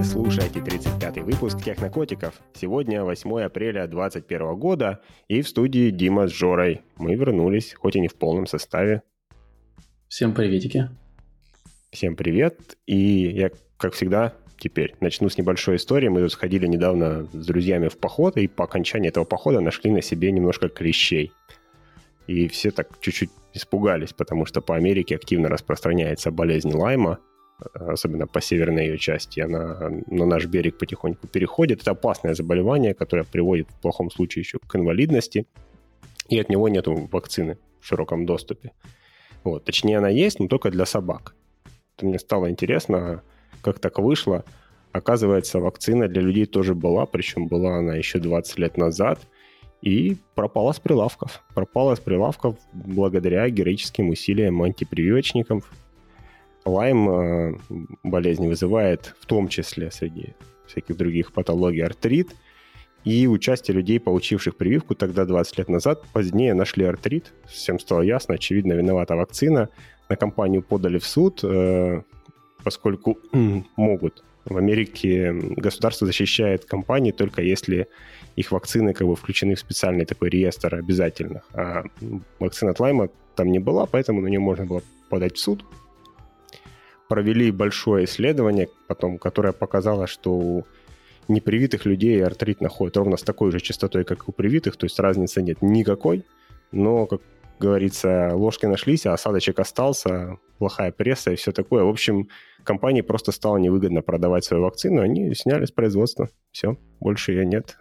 Вы слушаете 35-й выпуск «Технокотиков». Сегодня 8 апреля 2021 года, и в студии Дима с Жорой. Мы вернулись, хоть и не в полном составе. Всем приветики. Всем привет. И я, как всегда, теперь начну с небольшой истории. Мы тут сходили недавно с друзьями в поход, и по окончании этого похода нашли на себе немножко клещей. И все так чуть-чуть испугались, потому что по Америке активно распространяется болезнь Лайма, особенно по северной ее части. Она на наш берег потихоньку переходит. Это опасное заболевание, которое приводит в плохом случае еще к инвалидности, и от него нет вакцины в широком доступе. Вот. Точнее, она есть, но только для собак. Мне стало интересно, как так вышло. Оказывается, вакцина для людей тоже была, причем была она еще 20 лет назад, и пропала с прилавков. Пропала с прилавков благодаря героическим усилиям антипрививочников. Лайм болезнь вызывает в том числе среди всяких других патологий артрит. И участие людей, получивших прививку тогда 20 лет назад, позднее нашли артрит. Всем стало ясно, очевидно, виновата вакцина. На компанию подали в суд, поскольку могут. В Америке государство защищает компании только если их вакцины включены в специальный такой реестр обязательных. А вакцина от Лайма там не была, поэтому на нее можно было подать в суд. Провели большое исследование, потом, которое показало, что у непривитых людей артрит находят ровно с такой же частотой, как и у привитых, то есть разницы нет никакой, но, как говорится, ложки нашлись, а осадочек остался, плохая пресса и все такое. В общем, компании просто стало невыгодно продавать свою вакцину, они сняли с производства. Все, больше ее нет.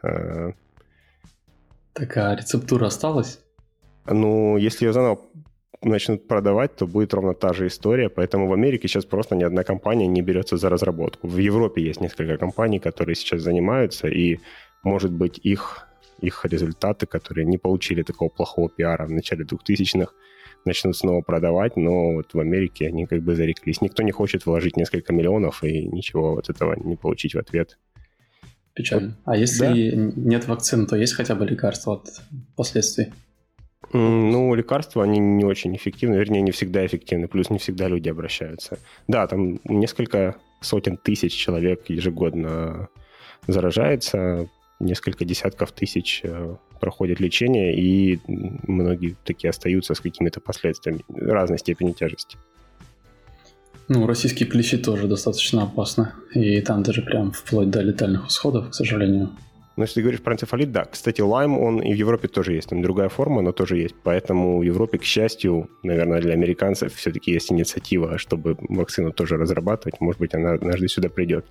Так, а рецептура осталась? Ну, если ее заново начнут продавать, то будет ровно та же история, поэтому в Америке сейчас просто ни одна компания не берется за разработку. В Европе есть несколько компаний, которые сейчас занимаются, и, может быть, их результаты, которые не получили такого плохого пиара в начале 2000-х, начнут снова продавать, но вот в Америке они как бы зареклись. Никто не хочет вложить несколько миллионов и ничего от этого не получить в ответ. Печально. А если нет вакцины, то есть хотя бы лекарства от последствий? Ну, лекарства, они не очень эффективны, вернее, не всегда эффективны, плюс не всегда люди обращаются. Да, там несколько сотен тысяч человек ежегодно заражается, несколько десятков тысяч проходят лечение, и многие такие остаются с какими-то последствиями разной степени тяжести. Ну, российские клещи тоже достаточно опасны, и там даже прям вплоть до летальных исходов, к сожалению. Ну, если ты говоришь про энцефалит, да. Кстати, Лайм, он и в Европе тоже есть. Там другая форма, но тоже есть. Поэтому в Европе, к счастью, наверное, для американцев все-таки есть инициатива, чтобы вакцину тоже разрабатывать. Может быть, она однажды сюда придет.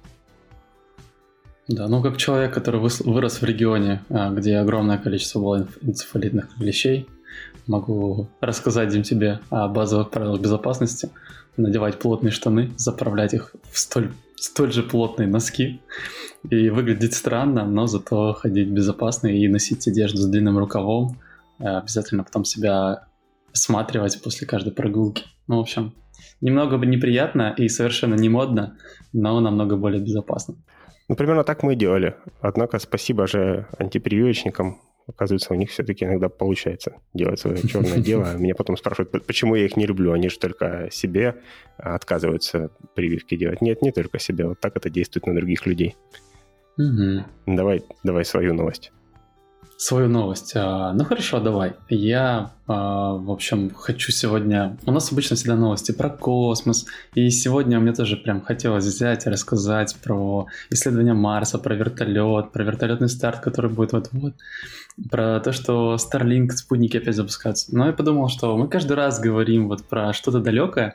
Да, ну как человек, который вырос в регионе, где огромное количество было энцефалитных клещей, могу рассказать, Дим, тебе о базовых правилах безопасности. Надевать плотные штаны, заправлять их в столь же плотные носки. И выглядеть странно, но зато ходить безопасно и носить одежду с длинным рукавом. Обязательно потом себя осматривать после каждой прогулки. Ну, в общем, немного неприятно и совершенно не модно, но намного более безопасно. Ну, примерно так мы и делали. Однако спасибо же антипрививочникам. Оказывается, у них все-таки иногда получается делать свое черное дело. Меня потом спрашивают, почему я их не люблю. Они же только себе отказываются прививки делать. Нет, не только себе. Вот так это действует на других людей. Угу. Давай свою новость. Свою новость. Ну хорошо, давай. Я, в общем, хочу сегодня... У нас обычно всегда новости про космос. И сегодня мне тоже прям хотелось взять и рассказать про исследование Марса, про вертолет, про вертолетный старт, который будет вот-вот. Про то, что Starlink, спутники опять запускаются. Но я подумал, что мы каждый раз говорим вот про что-то далекое.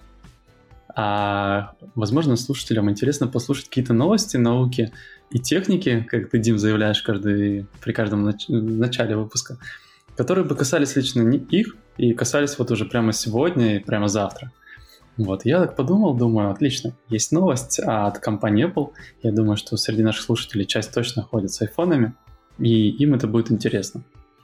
А, возможно, слушателям интересно послушать какие-то новости науки и техники, как ты, Дим, заявляешь при каждом начале выпуска, которые бы касались лично не их и касались вот уже прямо сегодня и прямо завтра. Вот, я так думаю, отлично, есть новость от компании Apple. Я думаю, что среди наших слушателей часть точно ходит с айфонами, и им это будет интересно.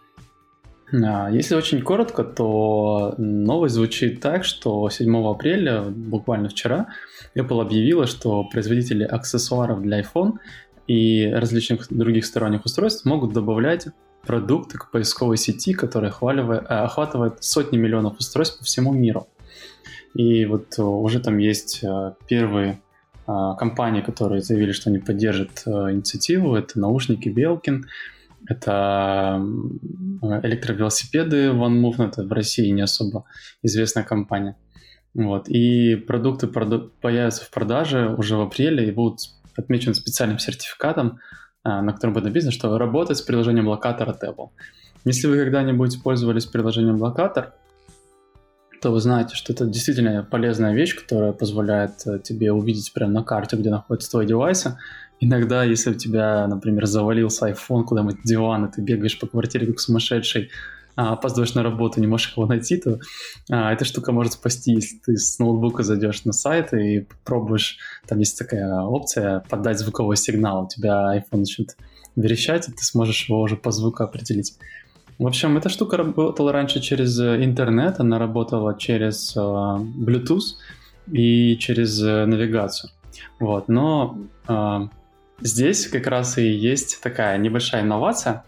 Если очень коротко, то новость звучит так, что 7 апреля, буквально вчера, Apple объявила, что производители аксессуаров для iPhone и различных других сторонних устройств могут добавлять продукты к поисковой сети, которая охватывает сотни миллионов устройств по всему миру. И вот уже там есть первые компаний, которые заявили, что они поддержат инициативу. Это наушники Belkin, это электровелосипеды OneMove, это в России не особо известная компания. Вот. И продукты появятся в продаже уже в апреле и будут отмечены специальным сертификатом, на котором будет написано, что работает с приложением локатор от Apple. Если вы когда-нибудь пользовались приложением локатор, то вы знаете, что это действительно полезная вещь, которая позволяет тебе увидеть прямо на карте, где находятся твои девайсы. Иногда, если у тебя, например, завалился iPhone куда-нибудь в диван, и ты бегаешь по квартире как сумасшедший, опаздываешь на работу, не можешь его найти, то эта штука может спасти, если ты с ноутбука зайдешь на сайт и попробуешь, там есть такая опция, подать звуковой сигнал, у тебя iPhone начнет верещать, и ты сможешь его уже по звуку определить. В общем, эта штука работала раньше через интернет, она работала через Bluetooth и через навигацию. Вот. Но здесь как раз и есть такая небольшая инновация.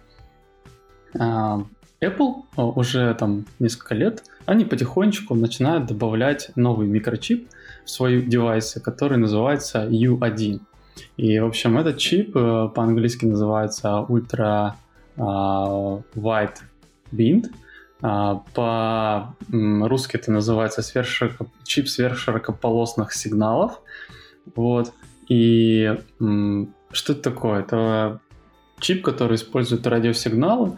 Apple уже там несколько лет, они потихонечку начинают добавлять новый микрочип в свои девайсы, который называется U1. И, в общем, этот чип по-английски называется Ultra Wide Band. По-русски это называется чип сверхширокополосных сигналов. Вот. И что это такое? Это чип, который использует радиосигналы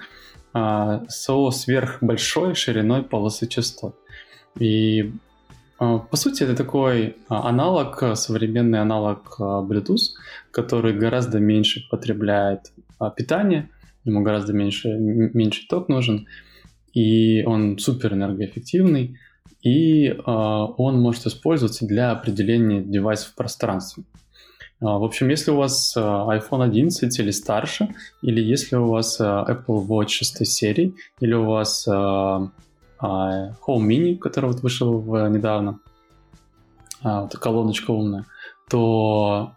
со сверхбольшой шириной полосы частот. И по сути это такой современный аналог Bluetooth, который гораздо меньше потребляет питания, ему гораздо меньше ток нужен, и он супер энергоэффективный, и он может использоваться для определения девайсов в пространстве. В общем, если у вас iPhone 11 или старше, или если у вас Apple Watch 6 серии, или у вас Home Mini, который вот вышел недавно, колоночка умная, то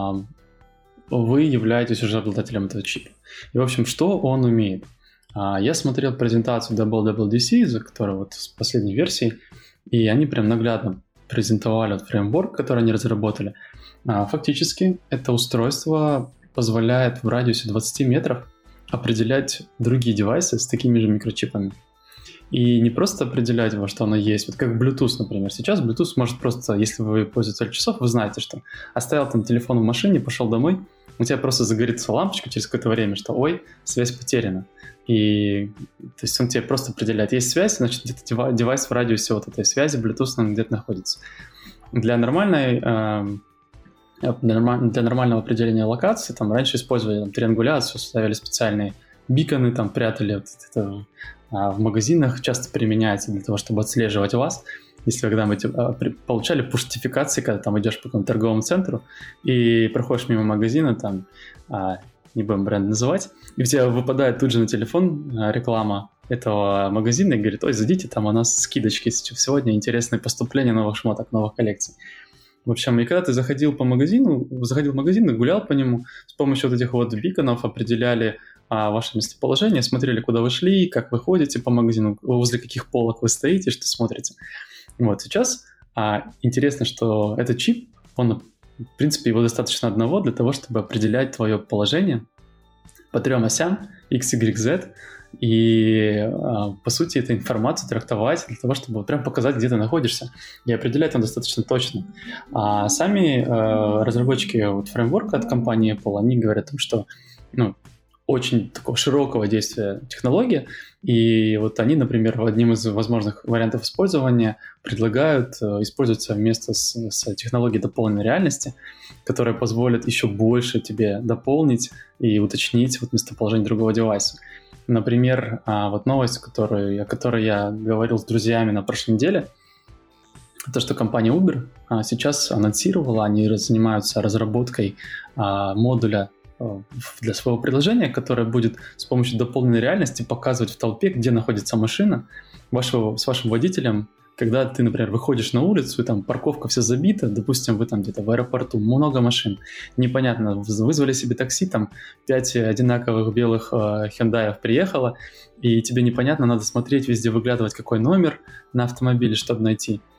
вы являетесь уже обладателем этого чипа. И, в общем, что он умеет? Я смотрел презентацию WWDC, которая вот с последней версии, и они прям наглядно презентовали фреймворк, который они разработали. Фактически это устройство позволяет в радиусе 20 метров определять другие девайсы с такими же микрочипами. И не просто определять его, что оно есть, вот как Bluetooth, например. Сейчас Bluetooth может просто, если вы пользователь часов, вы знаете, что оставил там телефон в машине, пошел домой, у тебя просто загорится лампочка через какое-то время, что ой, связь потеряна. И то есть он тебе просто определяет, есть связь, значит где-то девайс в радиусе вот этой связи Bluetooth где-то находится. Для нормального определения локации, там раньше использовали триангуляцию, ставили специальные биконы, там прятали вот это, в магазинах часто применяется для того, чтобы отслеживать вас. Если вы когда-нибудь получали пуш-нотификации, когда там идешь по какому-то торговому центру и проходишь мимо магазина, там, не будем бренд называть, и у тебя выпадает тут же на телефон реклама этого магазина и говорит, ой, зайдите, там у нас скидочки сегодня, интересные поступления новых шмоток, новых коллекций. В общем, и когда ты заходил в магазин и гулял по нему, с помощью вот этих вот биконов определяли ваше местоположение, смотрели, куда вы шли, как вы ходите по магазину, возле каких полок вы стоите, что смотрите. Вот сейчас интересно, что этот чип, он, в принципе, его достаточно одного для того, чтобы определять твое положение по 3 осям X, Y, Z, и, по сути, эту информацию трактовать для того, чтобы прям показать, где ты находишься, и определять он достаточно точно. А сами разработчики вот фреймворка от компании Apple, они говорят о том, что очень такого широкого действия технология, и вот они, например, одним из возможных вариантов использования предлагают использовать совместно с технологией дополненной реальности, которая позволит еще больше тебе дополнить и уточнить вот местоположение другого девайса. Например, вот новость, о которой я говорил с друзьями на прошлой неделе, то, что компания Uber сейчас анонсировала, они занимаются разработкой модуля для своего приложения, которое будет с помощью дополненной реальности показывать в толпе, где находится машина с вашим водителем. Когда ты, например, выходишь на улицу, и там парковка вся забита, допустим, вы там где-то в аэропорту, много машин, непонятно, вызвали себе такси, там 5 одинаковых белых хендаев приехало, и тебе непонятно, надо смотреть везде, выглядывать, какой номер на автомобиле, чтобы найти.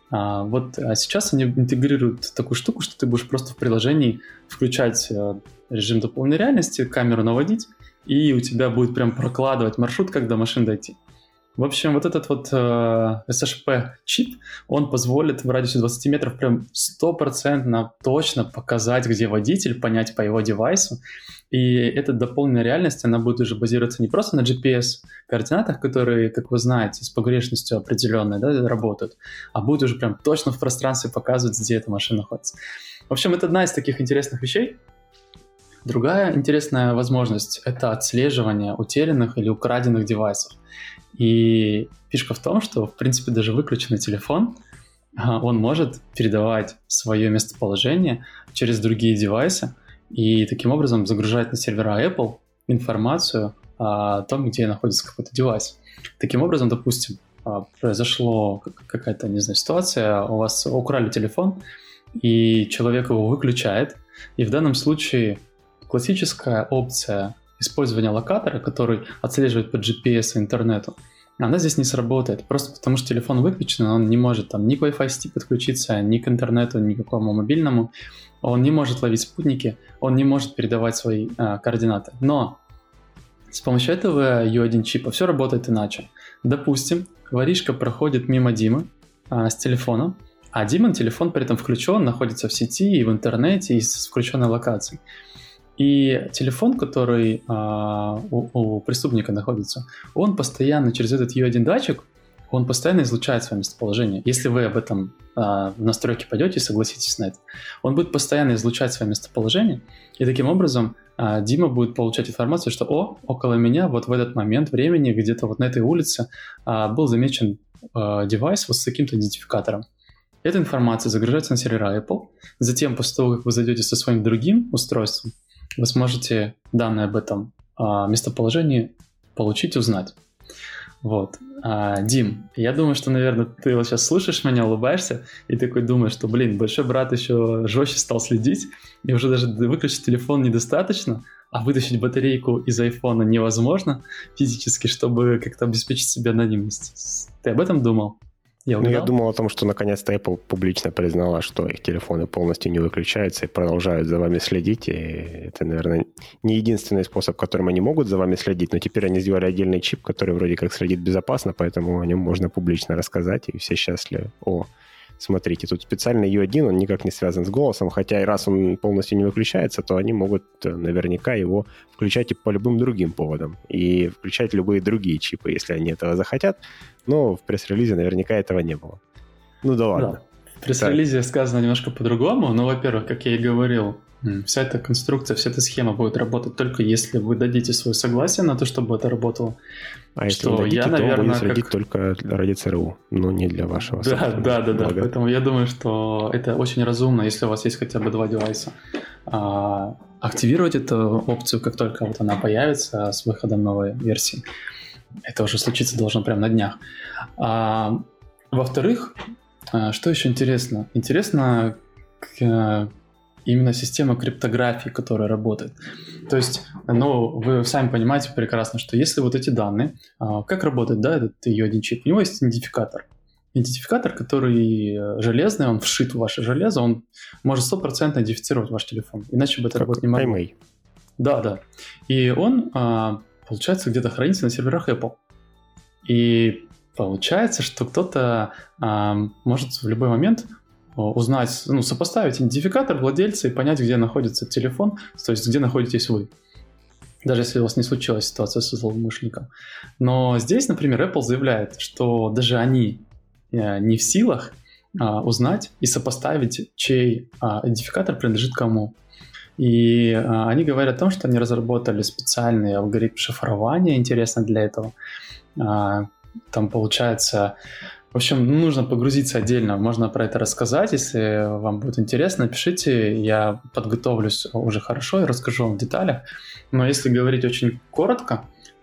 А сейчас они интегрируют такую штуку, что ты будешь просто в приложении включать режим дополненной реальности, камеру наводить, и у тебя будет прям прокладывать маршрут, как до машин дойти. В общем, вот этот вот SHP-чип, он позволит в радиусе 20 метров прям 100% точно показать, где водитель, понять по его девайсу. И эта дополненная реальность, она будет уже базироваться не просто на GPS-координатах, которые, как вы знаете, с погрешностью определенной, да, работают, а будет уже прям точно в пространстве показывать, где эта машина находится. В общем, это одна из таких интересных вещей. Другая интересная возможность – это отслеживание утерянных или украденных девайсов. И фишка в том, что, в принципе, даже выключенный телефон, он может передавать свое местоположение через другие девайсы и таким образом загружать на сервера Apple информацию о том, где находится какой-то девайс. Таким образом, допустим, произошла какая-то, не знаю, ситуация, у вас украли телефон, и человек его выключает, и в данном случае классическая опция использования локатора, который отслеживает по GPS и интернету, она здесь не сработает, просто потому что телефон выключен, он не может там ни к Wi-Fi сети подключиться, ни к интернету, ни к какому мобильному, он не может ловить спутники, он не может передавать свои координаты. Но с помощью этого U1 чипа все работает иначе. Допустим, воришка проходит мимо Димы с телефоном, а Димон телефон при этом включен, находится в сети и в интернете, и с включенной локацией. И телефон, который у преступника находится, он постоянно через этот U1 датчик, он постоянно излучает свое местоположение. Если вы об этом в настройки пойдете и согласитесь на это, он будет постоянно излучать свое местоположение, и таким образом Дима будет получать информацию, что около меня вот в этот момент времени, где-то вот на этой улице был замечен девайс вот с таким-то идентификатором. Эта информация загружается на сервера Apple, затем после того, как вы зайдете со своим другим устройством, вы сможете данные об этом местоположении получить, узнать. Вот. Дим, я думаю, что, наверное, ты вот сейчас слушаешь меня, улыбаешься и такой думаешь, что, большой брат еще жестче стал следить, и уже даже выключить телефон недостаточно, а вытащить батарейку из айфона невозможно физически, чтобы как-то обеспечить себе анонимность. Ты об этом думал? Я думал о том, что наконец-то Apple публично признала, что их телефоны полностью не выключаются и продолжают за вами следить. И это, наверное, не единственный способ, которым они могут за вами следить, но теперь они сделали отдельный чип, который вроде как следит безопасно, поэтому о нем можно публично рассказать, и все счастливы. Смотрите, тут специальный U1, он никак не связан с голосом, хотя и раз он полностью не выключается, то они могут наверняка его включать и по любым другим поводам, и включать любые другие чипы, если они этого захотят, но в пресс-релизе наверняка этого не было. Ну да ладно. Да. В пресс-релизе сказано немножко по-другому, но, во-первых, как я и говорил, вся эта конструкция, вся эта схема будет работать только если вы дадите свое согласие на то, чтобы это работало. А если вы дадите, то наверное, будет следить только ради ЦРУ, но не для вашего собственного. Да. Поэтому я думаю, что это очень разумно, если у вас есть хотя бы 2 девайса. Активировать эту опцию, как только вот она появится с выходом новой версии. Это уже случиться должно прямо на днях. Во-вторых, что еще интересно? Интересно именно система криптографии, которая работает. То есть, вы сами понимаете прекрасно, что если вот эти данные, как работает, этот U1 чип, у него есть идентификатор. Идентификатор, который железный, он вшит в ваше железо, он может 100% идентифицировать ваш телефон. Иначе бы это работать не могло. Да. И он, получается, где-то хранится на серверах Apple. И получается, что кто-то может в любой момент узнать, сопоставить идентификатор владельца и понять, где находится телефон, то есть где находитесь вы. Даже если у вас не случилась ситуация со злоумышленником. Но здесь, например, Apple заявляет, что даже они не в силах узнать и сопоставить, чей идентификатор принадлежит кому. И они говорят о том, что они разработали специальный алгоритм шифрования, интересно для этого. Там получается... В общем, нужно погрузиться отдельно, можно про это рассказать, если вам будет интересно, пишите, я подготовлюсь уже хорошо и расскажу вам в деталях. Но если говорить очень коротко,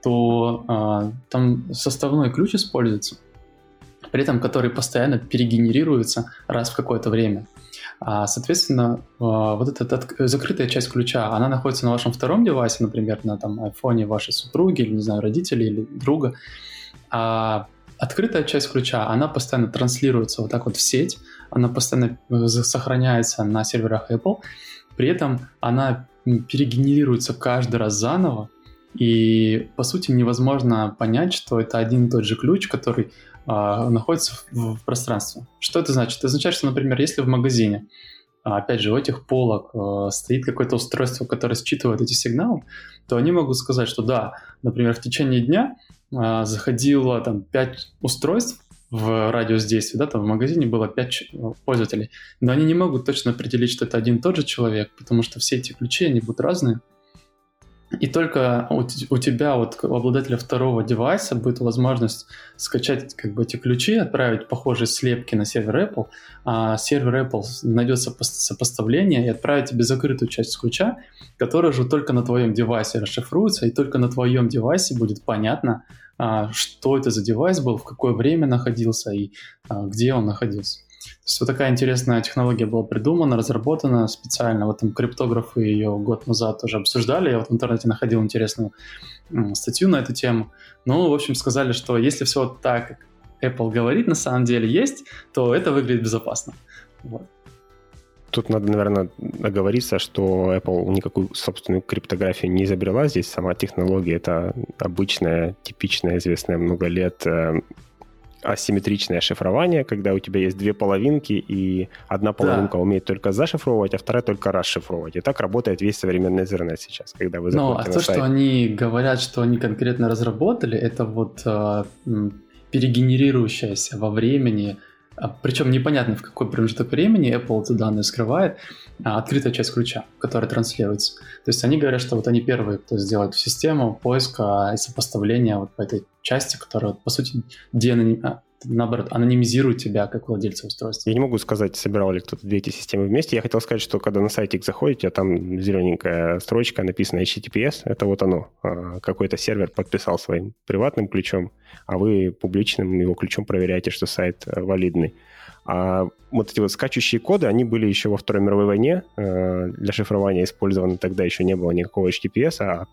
то там составной ключ используется, при этом который постоянно перегенерируется раз в какое-то время. Соответственно, вот эта закрытая часть ключа, она находится на вашем втором девайсе, например, на айфоне вашей супруги, или, не знаю, родителей или друга. открытая часть ключа, она постоянно транслируется вот так вот в сеть, она постоянно сохраняется на серверах Apple, при этом она перегенерируется каждый раз заново, и, по сути, невозможно понять, что это один и тот же ключ, который находится в пространстве. Что это значит? Это означает, что, например, если в магазине, опять же, у этих полок стоит какое-то устройство, которое считывает эти сигналы, то они могут сказать, что да, например, в течение дня заходило там 5 устройств в радиус действия, да, там в магазине было 5 пользователей, но они не могут точно определить, что это один и тот же человек, потому что все эти ключи, они будут разные. И только у тебя, вот у обладателя второго девайса, будет возможность скачать как бы эти ключи, отправить похожие слепки на сервер Apple, а сервер Apple найдет сопоставление и отправит тебе закрытую часть ключа, которая же только на твоем девайсе расшифруется, и только на твоем девайсе будет понятно, что это за девайс был, в какое время находился и где он находился. То есть вот такая интересная технология была придумана, разработана специально. Вот там криптографы ее год назад тоже обсуждали. Я вот в интернете находил интересную статью на эту тему. Ну, в общем, сказали, что если все вот так, как Apple говорит, на самом деле есть, то это выглядит безопасно. Вот. Тут надо, наверное, оговориться, что Apple никакую собственную криптографию не изобрела. Здесь сама технология — это обычная, типичная, известная много лет асимметричное шифрование, когда у тебя есть две половинки, и одна половинка умеет только зашифровывать, а вторая только расшифровывать. И так работает весь современный интернет сейчас, когда вы заходите на сайт. Что они говорят, что они конкретно разработали, это вот перегенерирующаяся во времени, причем непонятно в какой промежуток времени Apple эти данные скрывает, открытая часть ключа, которая транслируется. То есть они говорят, что вот они первые, кто сделает систему поиска и сопоставления вот по этой части, которая, по сути, наоборот, анонимизирует тебя как владельца устройства. Я не могу сказать, собирал ли кто-то две эти системы вместе. Я хотел сказать, что когда на сайтик заходите, а там зелененькая строчка, написана HTTPS, это вот оно. Какой-то сервер подписал своим приватным ключом, а вы публичным его ключом проверяете, что сайт валидный. А вот эти вот скачущие коды, они были еще во Второй мировой войне. Для шифрования использованы, тогда еще не было никакого HTTPS, а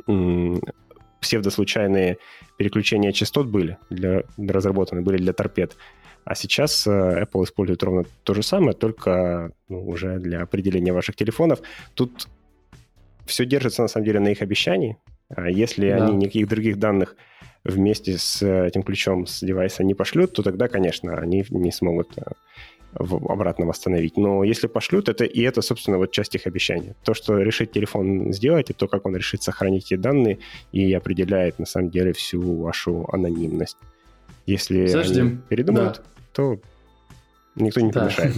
псевдослучайные переключения частот были разработаны, были для торпед. А сейчас Apple использует ровно то же самое, только уже для определения ваших телефонов. Тут все держится, на самом деле, на их обещании. Если они никаких других данных вместе с этим ключом с девайса не пошлют, то тогда, конечно, они не смогут обратно восстановить. Но если пошлют, это, собственно, вот часть их обещания. То, что решит телефон сделать, и то, как он решит сохранить эти данные, и определяет, на самом деле, всю вашу анонимность. Если они передумают, то никто не помешает.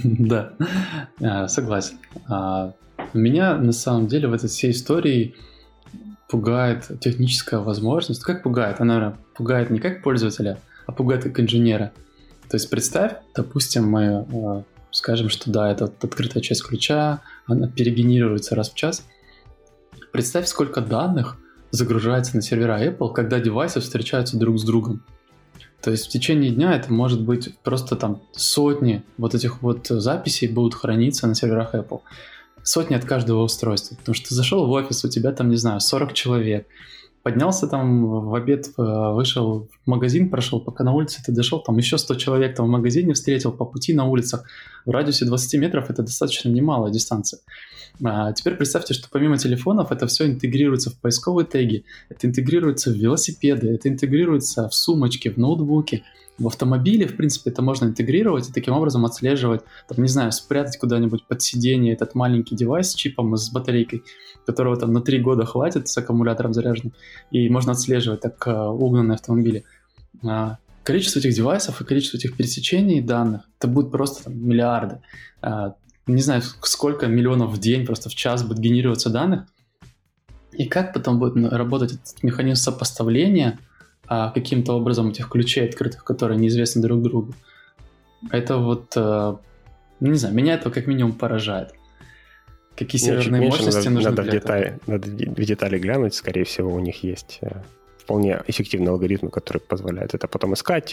Да, согласен. Меня, на самом деле, в этой всей истории пугает техническая возможность. Как пугает? Она, наверное, пугает не как пользователя, а пугает как инженера. То есть представь, допустим, мы скажем, что да, это открытая часть ключа, она перегенерируется раз в час. Представь, сколько данных загружается на сервера Apple, когда девайсы встречаются друг с другом. То есть в течение дня это может быть просто там сотни вот этих вот записей будут храниться на серверах Apple. Сотни от каждого устройства. Потому что ты зашел в офис, у тебя там, не знаю, 40 человек. Поднялся там в обед, вышел в магазин, прошел, пока на улице ты дошел, там еще 100 человек там в магазине встретил по пути на улицах. В радиусе 20 метров это достаточно немалая дистанция. Теперь представьте, что помимо телефонов это все интегрируется в поисковые теги, это интегрируется в велосипеды, это интегрируется в сумочки, в ноутбуки. В автомобиле, в принципе, это можно интегрировать и таким образом отслеживать, там, не знаю, спрятать куда-нибудь под сиденье этот маленький девайс с чипом, с батарейкой, которого там на 3 года хватит, с аккумулятором заряженным, и можно отслеживать так угнанные автомобили. Количество этих девайсов и количество этих пересечений данных, это будет просто там, миллиарды. Не знаю, сколько миллионов в день, просто в час будет генерироваться данных. И как потом будет работать этот механизм сопоставления каким-то образом этих ключей открытых, которые неизвестны друг другу. Это вот, не знаю, меня это как минимум поражает. Какие серверные мощности нужны для этого? Надо в детали глянуть, скорее всего, у них есть вполне эффективный алгоритм, который позволяет это потом искать,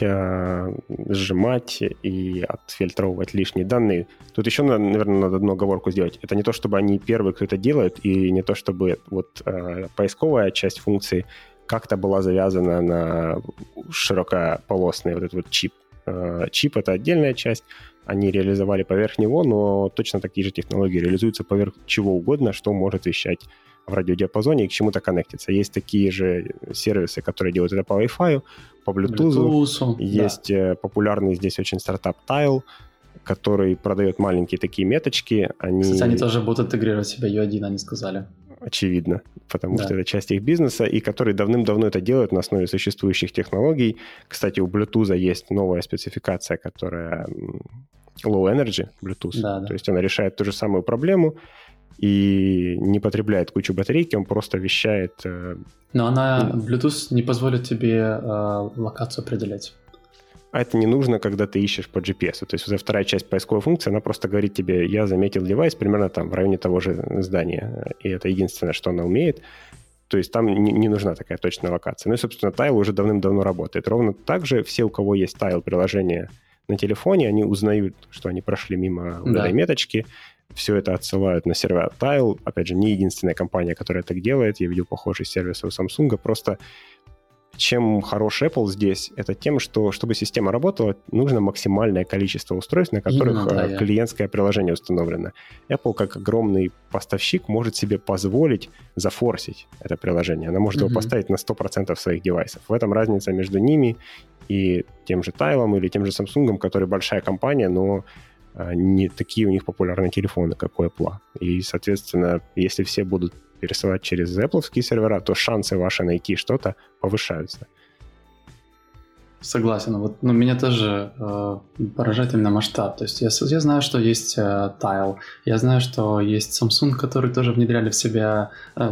сжимать и отфильтровывать лишние данные. Тут еще, наверное, надо одну оговорку сделать. Это не то, чтобы они первые, кто это делают, и не то, чтобы вот поисковая часть функции как-то была завязана на широкополосный вот этот вот чип. Чип — это отдельная часть, они реализовали поверх него, но точно такие же технологии реализуются поверх чего угодно, что может вещать в радиодиапазоне и к чему-то коннектиться. Есть такие же сервисы, которые делают это по Wi-Fi, по Bluetooth. Есть популярный здесь очень стартап Tile, который продает маленькие такие меточки. Кстати, они тоже будут интегрировать в себя U1, они сказали. Очевидно, потому что это часть их бизнеса, и которые давным-давно это делают на основе существующих технологий. Кстати, у Bluetooth есть новая спецификация, которая Low Energy Bluetooth. То есть она решает ту же самую проблему и не потребляет кучу батарейки, он просто вещает... Но она, Bluetooth не позволит тебе локацию определять. А это не нужно, когда ты ищешь по GPS. То есть вот вторая часть поисковой функции, она просто говорит тебе, я заметил девайс примерно там в районе того же здания. И это единственное, что она умеет. То есть там не нужна такая точная локация. Ну и, собственно, Tile уже давным-давно работает. Ровно так же все, у кого есть Tile-приложение на телефоне, они узнают, что они прошли мимо этой меточки, все это отсылают на сервер Tile. Опять же, не единственная компания, которая так делает. Я видел похожие сервисы у Samsung. Просто чем хорош Apple здесь, это тем, что, чтобы система работала, нужно максимальное количество устройств, на которых клиентское приложение установлено. Apple, как огромный поставщик, может себе позволить зафорсить это приложение. Она может его поставить на 100% своих девайсов. В этом разница между ними и тем же Tile или тем же Samsung, который большая компания, но не такие у них популярные телефоны, как у Apple. И, соответственно, если все будут пересылать через Apple-ские сервера, то шансы ваши найти что-то повышаются. Согласен. Вот, меня тоже поражает именно масштаб. То есть я знаю, что есть Tile, я знаю, что есть Samsung, которые тоже внедряли в себя,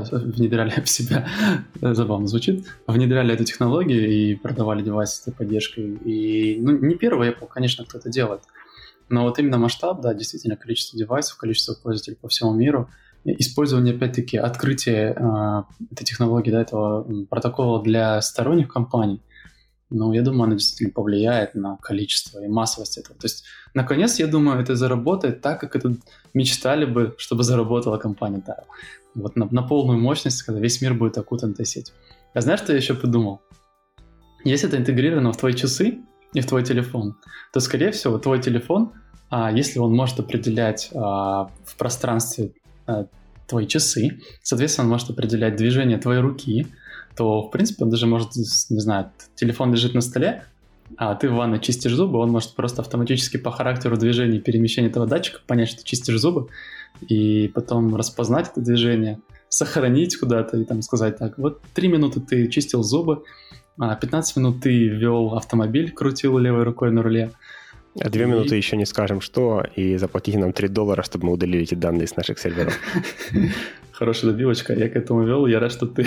забавно звучит, внедряли эту технологию и продавали девайсы с этой поддержкой. И, не первый Apple, конечно, кто это делает. Но вот именно масштаб, да, действительно, количество девайсов, количество пользователей по всему миру, использование, опять-таки, открытие этой технологии, да, этого протокола для сторонних компаний, я думаю, оно действительно повлияет на количество и массовость этого. То есть, наконец, я думаю, это заработает так, как это мечтали бы, чтобы заработала компания Tile. Вот на полную мощность, когда весь мир будет окутан этой сетью. А знаешь, что я еще придумал? Если это интегрировано в твои часы и в твой телефон, то, скорее всего, твой телефон, если он может определять в пространстве твои часы, соответственно, он может определять движение твоей руки, то, в принципе, он даже может, не знаю, телефон лежит на столе, а ты в ванной чистишь зубы, он может просто автоматически по характеру движения и перемещения этого датчика понять, что ты чистишь зубы, и потом распознать это движение, сохранить куда-то и там сказать так, вот 3 минуты ты чистил зубы, 15 минут ты вел автомобиль, крутил левой рукой на руле. 2 минуты еще не скажем что, и заплатите нам $3, чтобы мы удалили эти данные с наших серверов. Хорошая добивочка, я к этому вел, я рад, что ты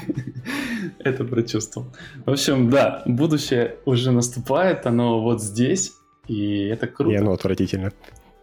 это прочувствовал. В общем, да, будущее уже наступает, оно вот здесь, и это круто. И оно отвратительно.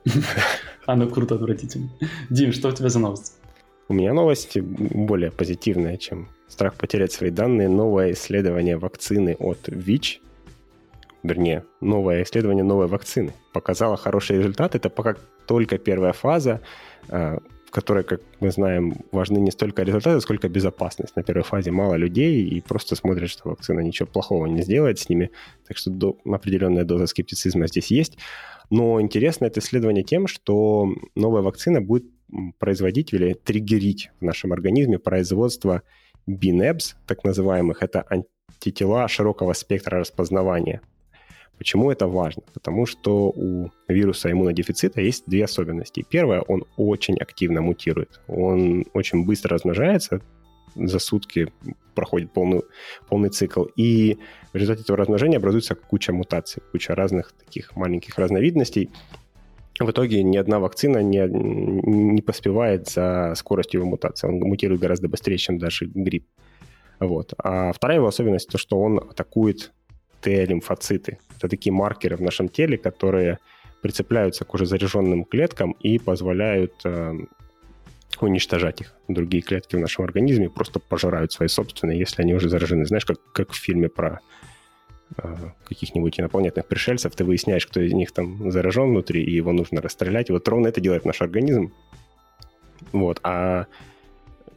Оно круто отвратительно. Дим, что у тебя за новость? У меня новость более позитивная, чем страх потерять свои данные. Новое исследование вакцины от ВИЧ, вернее, новое исследование новой вакцины показало хороший результат. Это пока только первая фаза, в которой, как мы знаем, важны не столько результаты, сколько безопасность. На первой фазе мало людей и просто смотрят, что вакцина ничего плохого не сделает с ними. Так что определенная доза скептицизма здесь есть. Но интересно это исследование тем, что новая вакцина будет производить или триггерить в нашем организме производство BNAbs, так называемых. Это антитела широкого спектра распознавания. Почему это важно? Потому что у вируса иммунодефицита есть 2 особенности. Первое, он очень активно мутирует. Он очень быстро размножается, за сутки проходит полный цикл. И в результате этого размножения образуется куча мутаций, куча разных таких маленьких разновидностей. В итоге ни одна вакцина не поспевает за скоростью его мутации. Он мутирует гораздо быстрее, чем даже грипп. Вот. А вторая его особенность, то, что он атакует Т-лимфоциты. Это такие маркеры в нашем теле, которые прицепляются к уже заряженным клеткам и позволяют уничтожать их. Другие клетки в нашем организме просто пожирают свои собственные, если они уже заражены. Знаешь, как в фильме про каких-нибудь инопланетных пришельцев, ты выясняешь, кто из них там заражен внутри, и его нужно расстрелять. И вот ровно это делает наш организм. Вот. А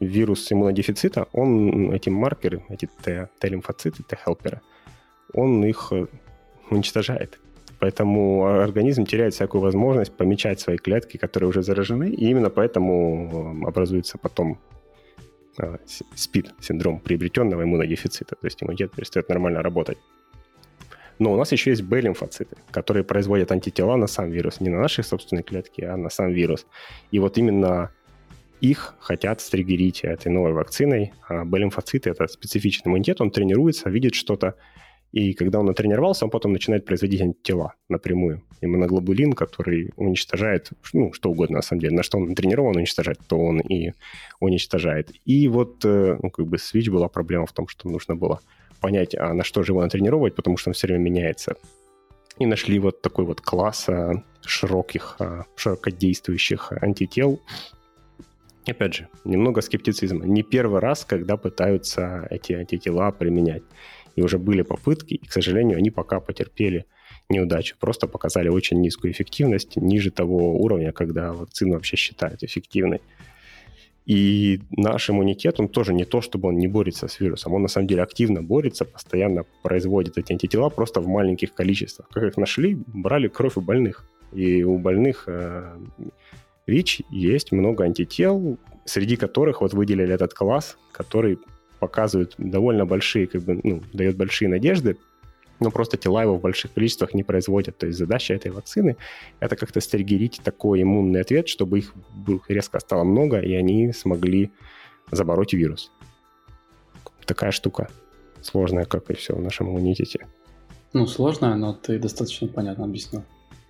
вирус иммунодефицита, он эти маркеры, эти Т-лимфоциты, Т-хелперы, он их уничтожает. Поэтому организм теряет всякую возможность помечать свои клетки, которые уже заражены, и именно поэтому образуется потом СПИД, синдром приобретенного иммунодефицита, то есть иммунитет перестает нормально работать. Но у нас еще есть Б-лимфоциты, которые производят антитела на сам вирус, не на наши собственные клетки, а на сам вирус. И вот именно их хотят стригерить этой новой вакциной. А Б-лимфоциты — это специфичный иммунитет, он тренируется, видит что-то, и когда он натренировался, он потом начинает производить антитела напрямую. Иммуноглобулин, который уничтожает, что угодно на самом деле. На что он тренирован уничтожать, то он и уничтожает. И вот, с ВИЧ была проблема в том, что нужно было понять, а на что же его натренировать, потому что он все время меняется. И нашли вот такой вот класс широкодействующих антител. Опять же, немного скептицизма. Не первый раз, когда пытаются эти антитела применять. И уже были попытки, и, к сожалению, они пока потерпели неудачу. Просто показали очень низкую эффективность, ниже того уровня, когда вакцину вообще считают эффективной. И наш иммунитет, он тоже не то, чтобы он не борется с вирусом. Он на самом деле активно борется, постоянно производит эти антитела просто в маленьких количествах. Как их нашли, брали кровь у больных. И у больных ВИЧ есть много антител, среди которых вот выделили этот класс, который показывает довольно большие, дает большие надежды, но просто тела его в больших количествах не производят. То есть задача этой вакцины — это как-то стригерить такой иммунный ответ, чтобы их резко стало много, и они смогли забороть вирус. Такая штука сложная, как и все в нашем иммунитете. Сложная, но ты достаточно понятно объяснил.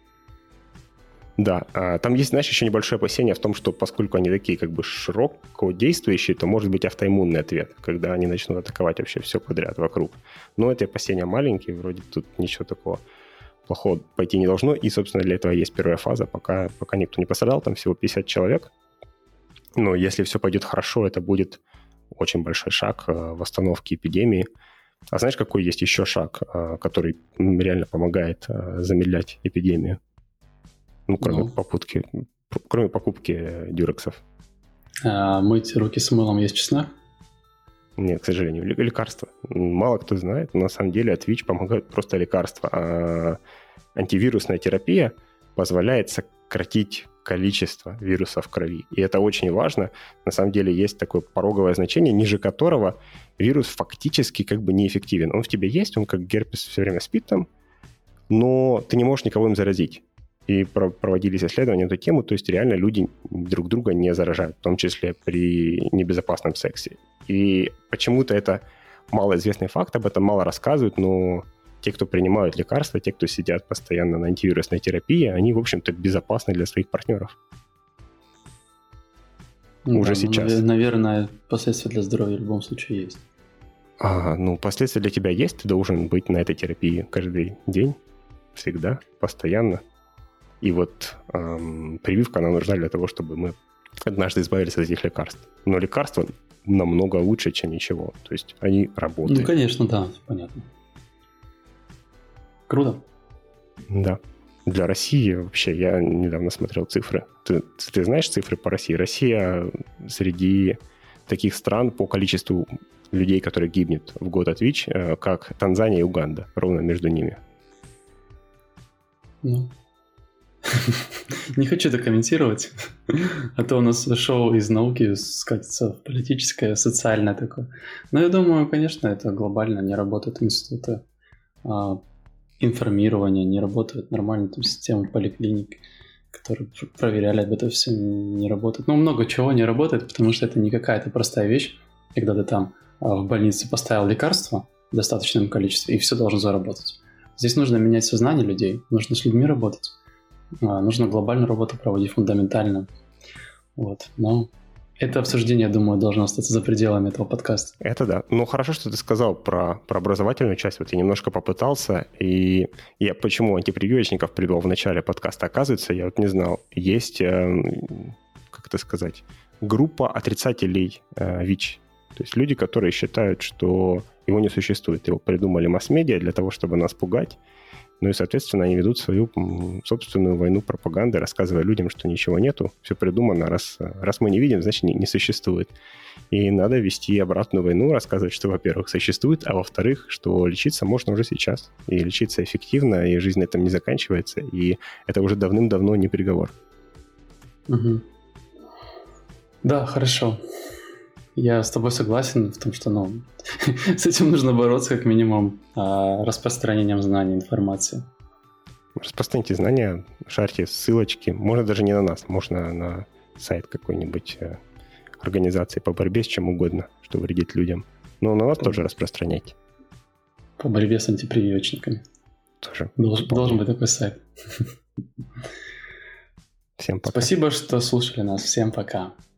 Да, там есть, знаешь, еще небольшое опасение в том, что поскольку они такие широко действующие, то может быть автоиммунный ответ, когда они начнут атаковать вообще все подряд вокруг. Но эти опасения маленькие, вроде тут ничего такого плохого пойти не должно. И, собственно, для этого есть первая фаза, пока никто не пострадал, там всего 50 человек. Но если все пойдет хорошо, это будет очень большой шаг в остановке эпидемии. А знаешь, какой есть еще шаг, который реально помогает замедлять эпидемию? Кроме покупки дюрексов. Мыть руки с мылом есть чеснок? Нет, к сожалению, лекарства. Мало кто знает, но на самом деле от ВИЧ помогают просто лекарства. А антивирусная терапия позволяет сократить количество вируса в крови. И это очень важно. На самом деле есть такое пороговое значение, ниже которого вирус фактически неэффективен. Он в тебе есть, он как герпес все время спит там, но ты не можешь никого им заразить. И проводились исследования на эту тему, то есть реально люди друг друга не заражают, в том числе при небезопасном сексе. И почему-то это малоизвестный факт, об этом мало рассказывают, но те, кто принимают лекарства, те, кто сидят постоянно на антивирусной терапии, они, в общем-то, безопасны для своих партнеров. Уже сейчас. Наверное, последствия для здоровья в любом случае есть. Последствия для тебя есть, ты должен быть на этой терапии каждый день, всегда, постоянно. И вот прививка, она нужна для того, чтобы мы однажды избавились от этих лекарств. Но лекарства намного лучше, чем ничего. То есть они работают. Конечно, да, понятно. Круто. Да. Для России вообще, я недавно смотрел цифры. Ты знаешь цифры по России? Россия среди таких стран по количеству людей, которые гибнут в год от ВИЧ, как Танзания и Уганда, ровно между ними. Не хочу это комментировать, а то у нас шоу из науки скатится в политическое, социальное такое. Но я думаю, конечно, это глобально не работают институты информирования, не работают нормально там системы поликлиник, которые проверяли об этом все, не работают. Много чего не работает, потому что это не какая-то простая вещь, когда ты там в больнице поставил лекарство в достаточном количестве, и все должно заработать. Здесь нужно менять сознание людей, нужно с людьми работать. Нужно глобальную работу проводить, фундаментально. Но это обсуждение, я думаю, должно остаться за пределами этого подкаста. Это да. Хорошо, что ты сказал про образовательную часть. Я немножко попытался, и я почему антипрививочников привел в начале подкаста. Оказывается, я не знал, есть, группа отрицателей ВИЧ. То есть люди, которые считают, что его не существует. Его придумали масс-медиа для того, чтобы нас пугать. Ну и, соответственно, они ведут свою собственную войну пропаганды, рассказывая людям, что ничего нету, все придумано, раз мы не видим, значит, не существует. И надо вести обратную войну, рассказывать, что, во-первых, существует, а во-вторых, что лечиться можно уже сейчас. И лечиться эффективно, и жизнь на этом не заканчивается, и это уже давным-давно не приговор. Угу. Да, хорошо. Я с тобой согласен в том, что с этим нужно бороться как минимум распространением знаний, информации. Распространите знания, шарьте ссылочки. Можно даже не на нас, можно на сайт какой-нибудь организации по борьбе с чем угодно, что вредит людям. Но на нас тоже распространяйте. По борьбе с антипрививочниками. Тоже. Должен быть такой сайт. Всем пока. Спасибо, что слушали нас. Всем пока.